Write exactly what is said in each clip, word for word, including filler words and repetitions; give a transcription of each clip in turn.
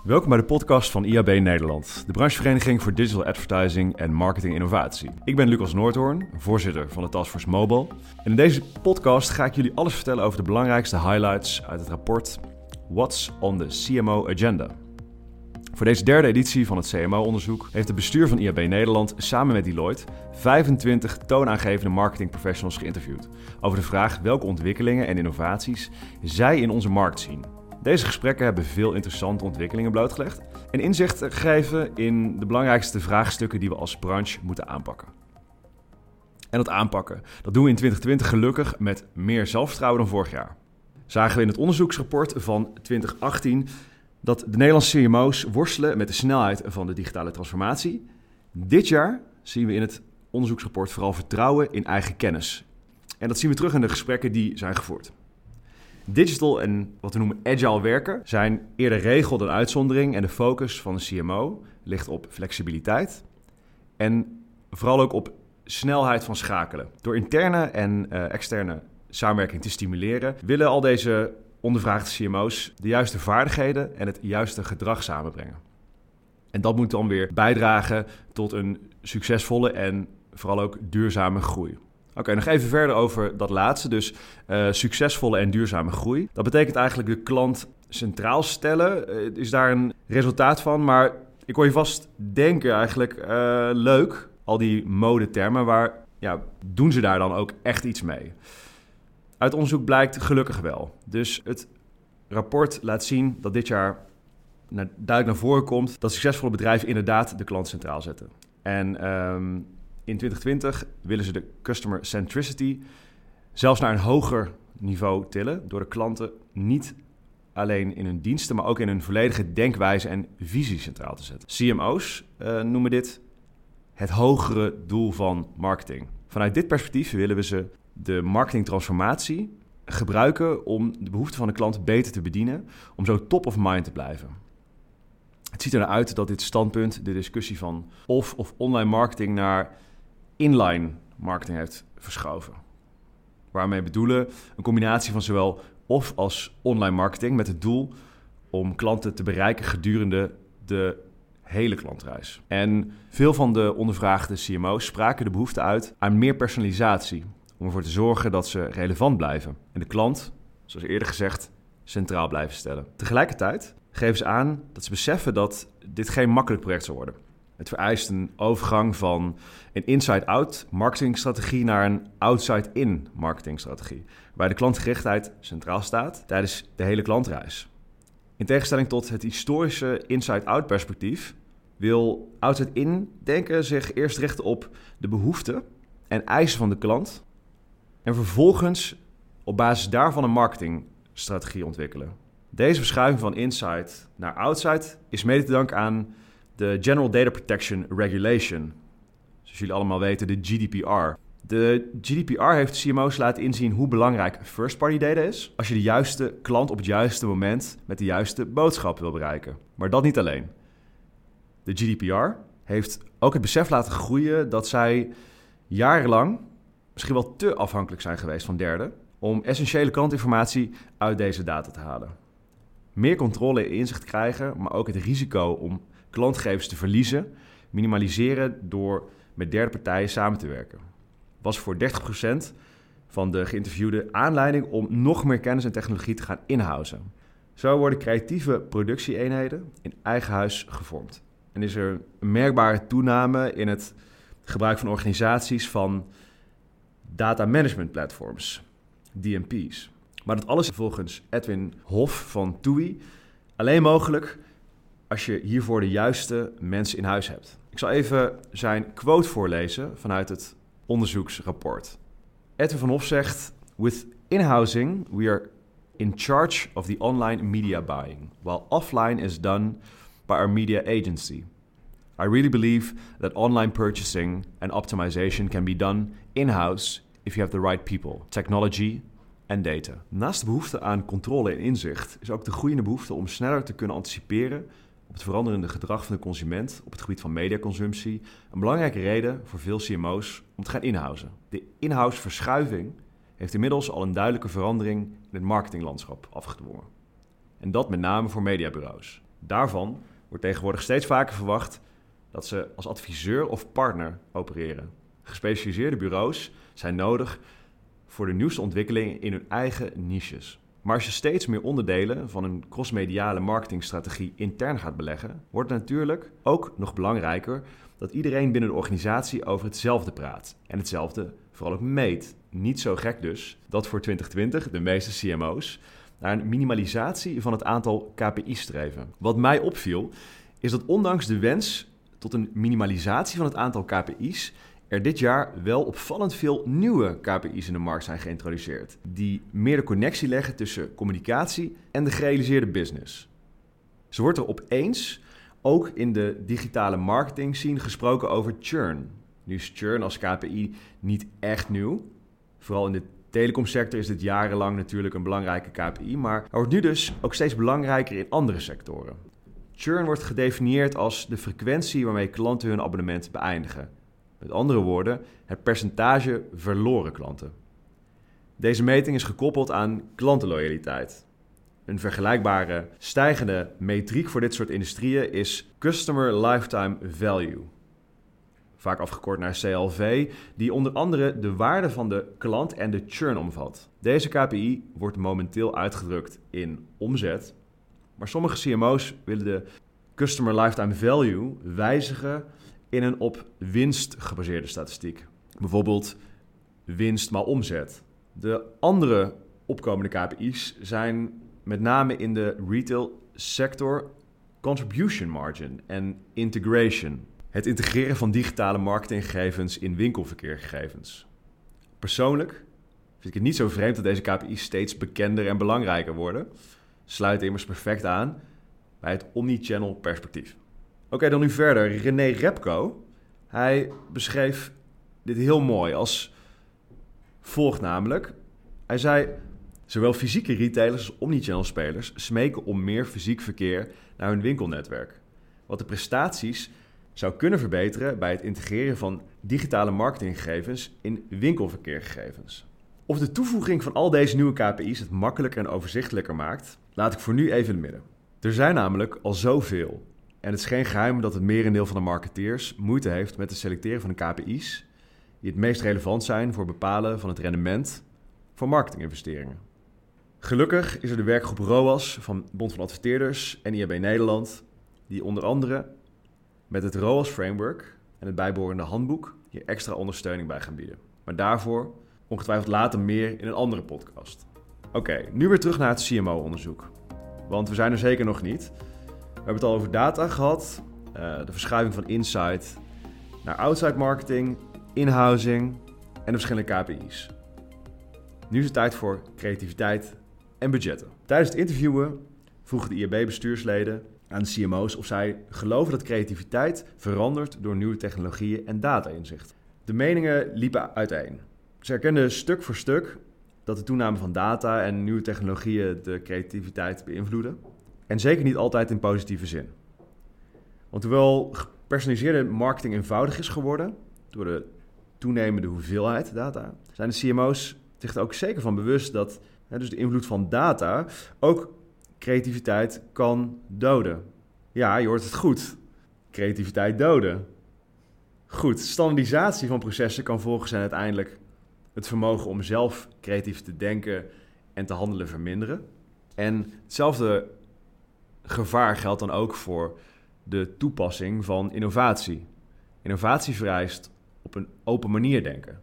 Welkom bij de podcast van I A B Nederland, de branchevereniging voor digital advertising en marketing innovatie. Ik ben Lucas Noordhoorn, voorzitter van de Taskforce Mobile. En in deze podcast ga ik jullie alles vertellen over de belangrijkste highlights uit het rapport What's on the C M O Agenda. Voor deze derde editie van het C M O-onderzoek heeft het bestuur van I A B Nederland samen met Deloitte vijfentwintig toonaangevende marketingprofessionals geïnterviewd over de vraag welke ontwikkelingen en innovaties zij in onze markt zien. Deze gesprekken hebben veel interessante ontwikkelingen blootgelegd en inzicht gegeven in de belangrijkste vraagstukken die we als branche moeten aanpakken. En dat aanpakken, dat doen we in twintig twintig gelukkig met meer zelfvertrouwen dan vorig jaar. Zagen we in het onderzoeksrapport van twintig achttien dat de Nederlandse C M O's worstelen met de snelheid van de digitale transformatie. Dit jaar zien we in het onderzoeksrapport vooral vertrouwen in eigen kennis. En dat zien we terug in de gesprekken die zijn gevoerd. Digital en wat we noemen agile werken zijn eerder regel dan uitzondering en de focus van de C M O ligt op flexibiliteit en vooral ook op snelheid van schakelen. Door interne en uh, externe samenwerking te stimuleren willen al deze ondervraagde C M O's de juiste vaardigheden en het juiste gedrag samenbrengen. En dat moet dan weer bijdragen tot een succesvolle en vooral ook duurzame groei. Oké, okay, nog even verder over dat laatste, dus uh, succesvolle en duurzame groei. Dat betekent eigenlijk de klant centraal stellen, uh, is daar een resultaat van. Maar ik hoor je vast denken eigenlijk, uh, leuk, al die modetermen, waar ja, doen ze daar dan ook echt iets mee? Uit onderzoek blijkt gelukkig wel. Dus het rapport laat zien dat dit jaar naar, duidelijk naar voren komt dat succesvolle bedrijven inderdaad de klant centraal zetten. En um, in twintig twintig willen ze de customer centricity zelfs naar een hoger niveau tillen door de klanten niet alleen in hun diensten, maar ook in hun volledige denkwijze en visie centraal te zetten. C M O's uh, noemen dit het hogere doel van marketing. Vanuit dit perspectief willen we ze de marketingtransformatie gebruiken om de behoeften van de klant beter te bedienen, om zo top of mind te blijven. Het ziet er naar uit dat dit standpunt de discussie van off- of online marketing naar inline marketing heeft verschoven. Waarmee bedoelen een combinatie van zowel off- als online marketing met het doel om klanten te bereiken gedurende de hele klantreis. En veel van de ondervraagde C M O's spraken de behoefte uit aan meer personalisatie, om ervoor te zorgen dat ze relevant blijven en de klant, zoals eerder gezegd, centraal blijven stellen. Tegelijkertijd geven ze aan dat ze beseffen dat dit geen makkelijk project zal worden. Het vereist een overgang van een inside-out marketingstrategie naar een outside-in marketingstrategie, waar de klantgerichtheid centraal staat tijdens de hele klantreis. In tegenstelling tot het historische inside-out perspectief wil outside-in denken zich eerst richten op de behoeften en eisen van de klant en vervolgens op basis daarvan een marketingstrategie ontwikkelen. Deze verschuiving van inside naar outside is mede te danken aan de General Data Protection Regulation, zoals jullie allemaal weten, de G D P R. De G D P R heeft C M O's laten inzien hoe belangrijk first-party data is als je de juiste klant op het juiste moment met de juiste boodschap wil bereiken. Maar dat niet alleen. De G D P R heeft ook het besef laten groeien dat zij jarenlang misschien wel te afhankelijk zijn geweest van derden om essentiële klantinformatie uit deze data te halen. Meer controle en inzicht krijgen, maar ook het risico om klantgegevens te verliezen, minimaliseren door met derde partijen samen te werken. Was voor dertig procent van de geïnterviewden aanleiding om nog meer kennis en technologie te gaan inhousen. Zo worden creatieve productieeenheden in eigen huis gevormd. En is er een merkbare toename in het gebruik van organisaties van data management platforms, D M P's. Maar dat alles volgens Edwin Hof van T U I alleen mogelijk als je hiervoor de juiste mensen in huis hebt. Ik zal even zijn quote voorlezen vanuit het onderzoeksrapport. Edwin van Hof zegt: With in-housing, we are in charge of the online media buying, while offline is done by our media agency. I really believe that online purchasing and optimization can be done in-house if you have the right people, technology en data. Naast de behoefte aan controle en inzicht is ook de groeiende behoefte om sneller te kunnen anticiperen op het veranderende gedrag van de consument op het gebied van mediaconsumptie een belangrijke reden voor veel C M O's om te gaan inhousen. De in-house verschuiving heeft inmiddels al een duidelijke verandering in het marketinglandschap afgedwongen. En dat met name voor mediabureaus. Daarvan wordt tegenwoordig steeds vaker verwacht dat ze als adviseur of partner opereren. Gespecialiseerde bureaus zijn nodig voor de nieuwste ontwikkelingen in hun eigen niches. Maar als je steeds meer onderdelen van een crossmediale marketingstrategie intern gaat beleggen, wordt het natuurlijk ook nog belangrijker dat iedereen binnen de organisatie over hetzelfde praat en hetzelfde vooral ook meet. Niet zo gek dus dat voor twintig twintig de meeste C M O's naar een minimalisatie van het aantal K P I's streven. Wat mij opviel is dat ondanks de wens tot een minimalisatie van het aantal K P I's er dit jaar wel opvallend veel nieuwe K P I's in de markt zijn geïntroduceerd, die meer de connectie leggen tussen communicatie en de gerealiseerde business. Zo wordt er opeens ook in de digitale marketing scene gesproken over churn. Nu is churn als K P I niet echt nieuw. Vooral in de telecomsector is dit jarenlang natuurlijk een belangrijke K P I, maar er wordt nu dus ook steeds belangrijker in andere sectoren. Churn wordt gedefinieerd als de frequentie waarmee klanten hun abonnement beëindigen. Met andere woorden, het percentage verloren klanten. Deze meting is gekoppeld aan klantenloyaliteit. Een vergelijkbare stijgende metriek voor dit soort industrieën is Customer Lifetime Value. Vaak afgekort naar C L V, die onder andere de waarde van de klant en de churn omvat. Deze K P I wordt momenteel uitgedrukt in omzet, maar sommige C M O's willen de Customer Lifetime Value wijzigen in een op winst gebaseerde statistiek. Bijvoorbeeld winst maal omzet. De andere opkomende K P I's zijn met name in de retail sector contribution margin en integration. Het integreren van digitale marketinggegevens in winkelverkeergegevens. Persoonlijk vind ik het niet zo vreemd dat deze K P I's steeds bekender en belangrijker worden. Sluit immers perfect aan bij het omnichannel perspectief. Oké, okay, dan nu verder. René Repko, hij beschreef dit heel mooi als volgt namelijk. Hij zei, zowel fysieke retailers als omnichannel spelers smeken om meer fysiek verkeer naar hun winkelnetwerk. Wat de prestaties zou kunnen verbeteren bij het integreren van digitale marketinggegevens in winkelverkeergegevens. Of de toevoeging van al deze nieuwe K P I's het makkelijker en overzichtelijker maakt, laat ik voor nu even in het midden. Er zijn namelijk al zoveel. En het is geen geheim dat het merendeel van de marketeers moeite heeft met het selecteren van de K P I's die het meest relevant zijn voor het bepalen van het rendement van marketinginvesteringen. Gelukkig is er de werkgroep R O A S van Bond van Adverteerders en I A B Nederland, die onder andere met het R O A S Framework en het bijbehorende handboek hier extra ondersteuning bij gaan bieden. Maar daarvoor ongetwijfeld later meer in een andere podcast. Oké, okay, nu weer terug naar het C M O-onderzoek. Want we zijn er zeker nog niet. We hebben het al over data gehad, uh, de verschuiving van insight naar outside marketing, in-housing en de verschillende K P I's. Nu is het tijd voor creativiteit en budgetten. Tijdens het interviewen vroegen de I A B-bestuursleden aan de C M O's of zij geloven dat creativiteit verandert door nieuwe technologieën en data-inzicht. De meningen liepen uiteen. Ze erkenden stuk voor stuk dat de toename van data en nieuwe technologieën de creativiteit beïnvloeden. En zeker niet altijd in positieve zin. Want hoewel gepersonaliseerde marketing eenvoudig is geworden door de toenemende hoeveelheid data, zijn de C M O's zich er ook zeker van bewust dat hè, dus de invloed van data ook creativiteit kan doden. Ja, je hoort het goed. Creativiteit doden. Goed, standaardisatie van processen kan volgens hen uiteindelijk het vermogen om zelf creatief te denken en te handelen verminderen. En hetzelfde gevaar geldt dan ook voor de toepassing van innovatie. Innovatie vereist op een open manier denken.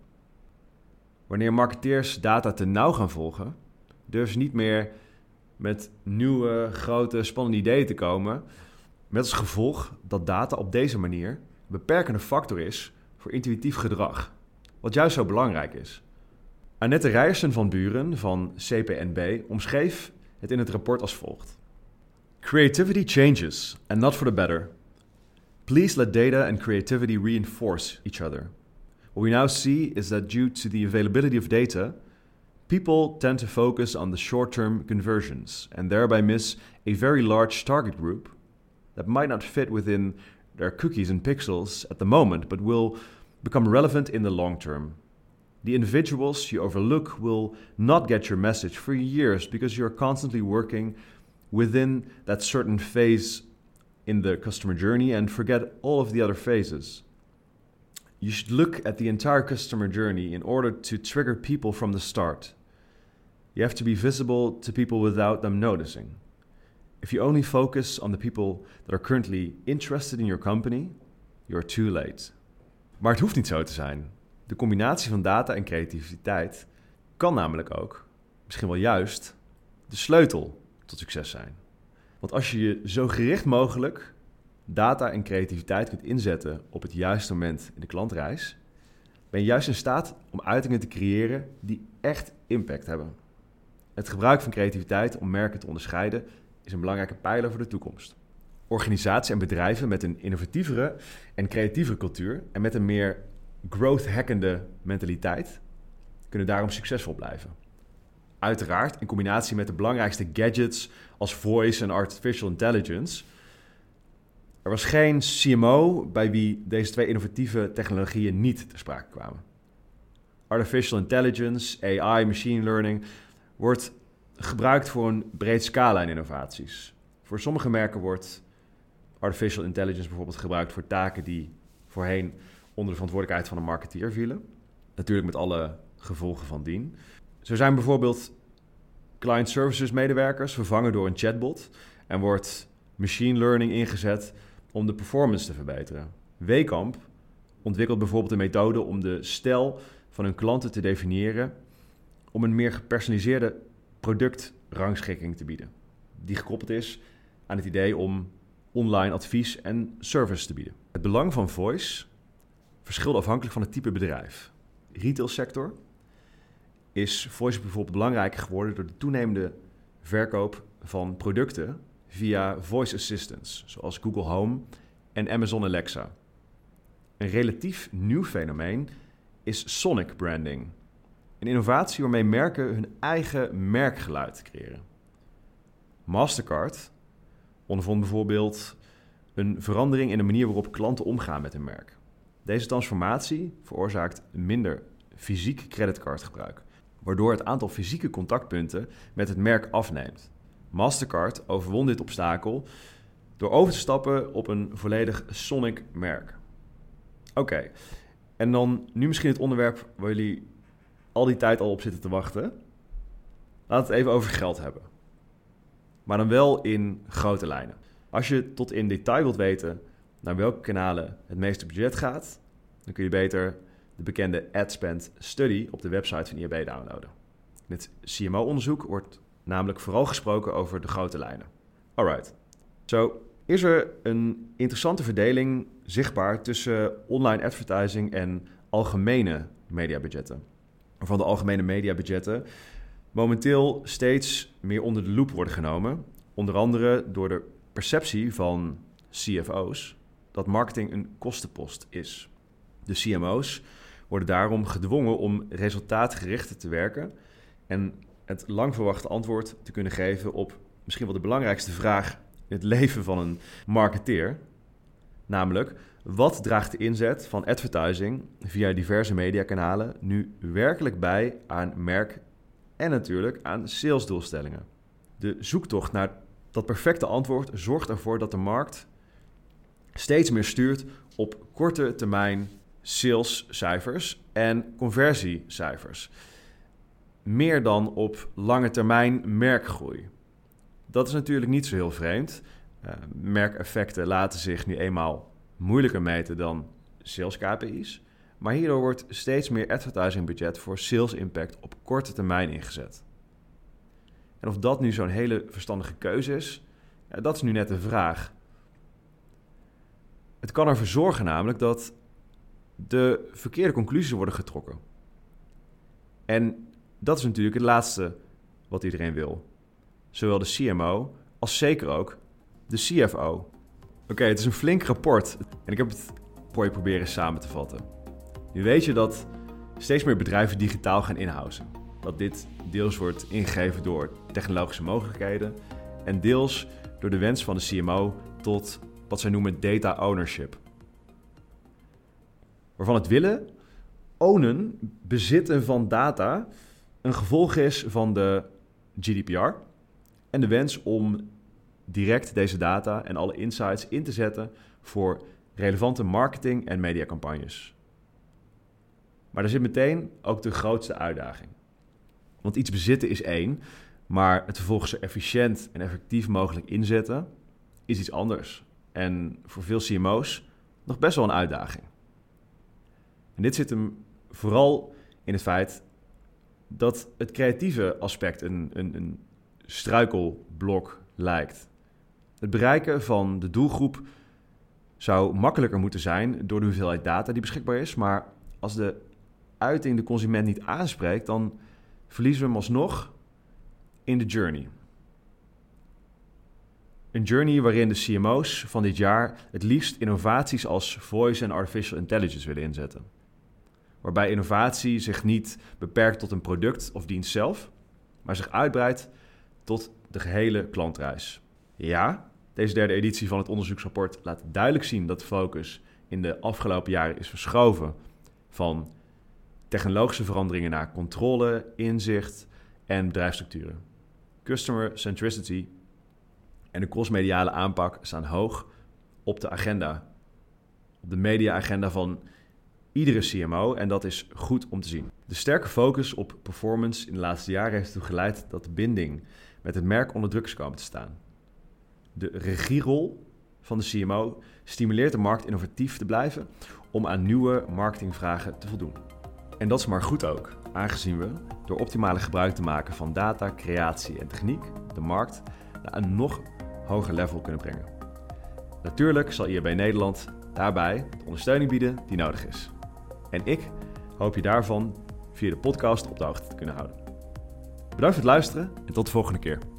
Wanneer marketeers data te nauw gaan volgen, durven ze niet meer met nieuwe, grote, spannende ideeën te komen. Met als gevolg dat data op deze manier een beperkende factor is voor intuïtief gedrag. Wat juist zo belangrijk is. Annette Rijersen van Buren van C P N B omschreef het in het rapport als volgt. Creativity changes, and not for the better. Please let data and creativity reinforce each other. What we now see is that due to the availability of data, people tend to focus on the short-term conversions and thereby miss a very large target group that might not fit within their cookies and pixels at the moment, but will become relevant in the long term. The individuals you overlook will not get your message for years because you're constantly working within that certain phase in the customer journey and forget all of the other phases. You should look at the entire customer journey in order to trigger people from the start. You have to be visible to people without them noticing. If you only focus on the people that are currently interested in your company, you're too late. Maar het hoeft niet zo te zijn. De combinatie van data en creativiteit kan namelijk ook, misschien wel juist, de sleutel tot succes zijn. Want als je je zo gericht mogelijk data en creativiteit kunt inzetten op het juiste moment in de klantreis, ben je juist in staat om uitingen te creëren die echt impact hebben. Het gebruik van creativiteit om merken te onderscheiden is een belangrijke pijler voor de toekomst. Organisaties en bedrijven met een innovatievere en creatievere cultuur en met een meer growth-hackende mentaliteit kunnen daarom succesvol blijven. Uiteraard in combinatie met de belangrijkste gadgets als voice en artificial intelligence. Er was geen C M O bij wie deze twee innovatieve technologieën niet ter sprake kwamen. Artificial intelligence, A I, machine learning wordt gebruikt voor een breed scala in innovaties. Voor sommige merken wordt artificial intelligence bijvoorbeeld gebruikt voor taken die voorheen onder de verantwoordelijkheid van een marketeer vielen. Natuurlijk met alle gevolgen van dien. Zo zijn bijvoorbeeld client services medewerkers vervangen door een chatbot en wordt machine learning ingezet om de performance te verbeteren. Wekamp ontwikkelt bijvoorbeeld een methode om de stijl van hun klanten te definiëren om een meer gepersonaliseerde productrangschikking te bieden, die gekoppeld is aan het idee om online advies en service te bieden. Het belang van voice verschilt afhankelijk van het type bedrijf. Retailsector is voice bijvoorbeeld belangrijker geworden door de toenemende verkoop van producten via voice assistants, zoals Google Home en Amazon Alexa. Een relatief nieuw fenomeen is sonic branding, een innovatie waarmee merken hun eigen merkgeluid creëren. Mastercard ondervond bijvoorbeeld een verandering in de manier waarop klanten omgaan met hun merk. Deze transformatie veroorzaakt minder fysiek creditcardgebruik, waardoor het aantal fysieke contactpunten met het merk afneemt. Mastercard overwon dit obstakel door over te stappen op een volledig sonic merk. Oké, okay. En dan nu misschien het onderwerp waar jullie al die tijd al op zitten te wachten. Laten we het even over geld hebben. Maar dan wel in grote lijnen. Als je tot in detail wilt weten naar welke kanalen het meeste budget gaat, dan kun je beter de bekende AdSpend Study op de website van I A B downloaden. In het C M O-onderzoek wordt namelijk vooral gesproken over de grote lijnen. Alright. Zo is er een interessante verdeling zichtbaar tussen online advertising en algemene mediabudgetten. Waarvan de algemene mediabudgetten momenteel steeds meer onder de loep worden genomen. Onder andere door de perceptie van C F O's dat marketing een kostenpost is. De C M O's worden daarom gedwongen om resultaatgericht te werken en het lang verwachte antwoord te kunnen geven op misschien wel de belangrijkste vraag in het leven van een marketeer. Namelijk, wat draagt de inzet van advertising via diverse mediakanalen nu werkelijk bij aan merk en natuurlijk aan salesdoelstellingen? De zoektocht naar dat perfecte antwoord zorgt ervoor dat de markt steeds meer stuurt op korte termijn salescijfers en conversiecijfers. Meer dan op lange termijn merkgroei. Dat is natuurlijk niet zo heel vreemd. Uh, merkeffecten laten zich nu eenmaal moeilijker meten dan sales K P I's. Maar hierdoor wordt steeds meer advertising budget voor sales impact op korte termijn ingezet. En of dat nu zo'n hele verstandige keuze is, ja, dat is nu net de vraag. Het kan ervoor zorgen namelijk dat de verkeerde conclusies worden getrokken. En dat is natuurlijk het laatste wat iedereen wil. Zowel de C M O als zeker ook de C F O. Oké, okay, het is een flink rapport en ik heb het voor je proberen samen te vatten. Nu weet je dat steeds meer bedrijven digitaal gaan inhousen. Dat dit deels wordt ingegeven door technologische mogelijkheden en deels door de wens van de C M O tot wat zij noemen data ownership. Waarvan het willen, ownen, bezitten van data een gevolg is van de G D P R en de wens om direct deze data en alle insights in te zetten voor relevante marketing- en mediacampagnes. Maar daar zit meteen ook de grootste uitdaging. Want iets bezitten is één, maar het vervolgens zo efficiënt en effectief mogelijk inzetten is iets anders. En voor veel C M O's nog best wel een uitdaging. En dit zit hem vooral in het feit dat het creatieve aspect een, een, een struikelblok lijkt. Het bereiken van de doelgroep zou makkelijker moeten zijn door de hoeveelheid data die beschikbaar is, maar als de uiting de consument niet aanspreekt, dan verliezen we hem alsnog in de journey. Een journey waarin de C M O's van dit jaar het liefst innovaties als voice en artificial intelligence willen inzetten. Waarbij innovatie zich niet beperkt tot een product of dienst zelf, maar zich uitbreidt tot de gehele klantreis. Ja, deze derde editie van het onderzoeksrapport laat duidelijk zien dat de focus in de afgelopen jaren is verschoven van technologische veranderingen naar controle, inzicht en bedrijfsstructuren. Customer centricity en de crossmediale aanpak staan hoog op de agenda, op de media-agenda van iedere C M O en dat is goed om te zien. De sterke focus op performance in de laatste jaren heeft ertoe geleid dat de binding met het merk onder druk is komen te staan. De regierol van de C M O stimuleert de markt innovatief te blijven om aan nieuwe marketingvragen te voldoen. En dat is maar goed ook, aangezien we door optimale gebruik te maken van data, creatie en techniek de markt naar een nog hoger level kunnen brengen. Natuurlijk zal I A B Nederland daarbij de ondersteuning bieden die nodig is. En ik hoop je daarvan via de podcast op de hoogte te kunnen houden. Bedankt voor het luisteren en tot de volgende keer.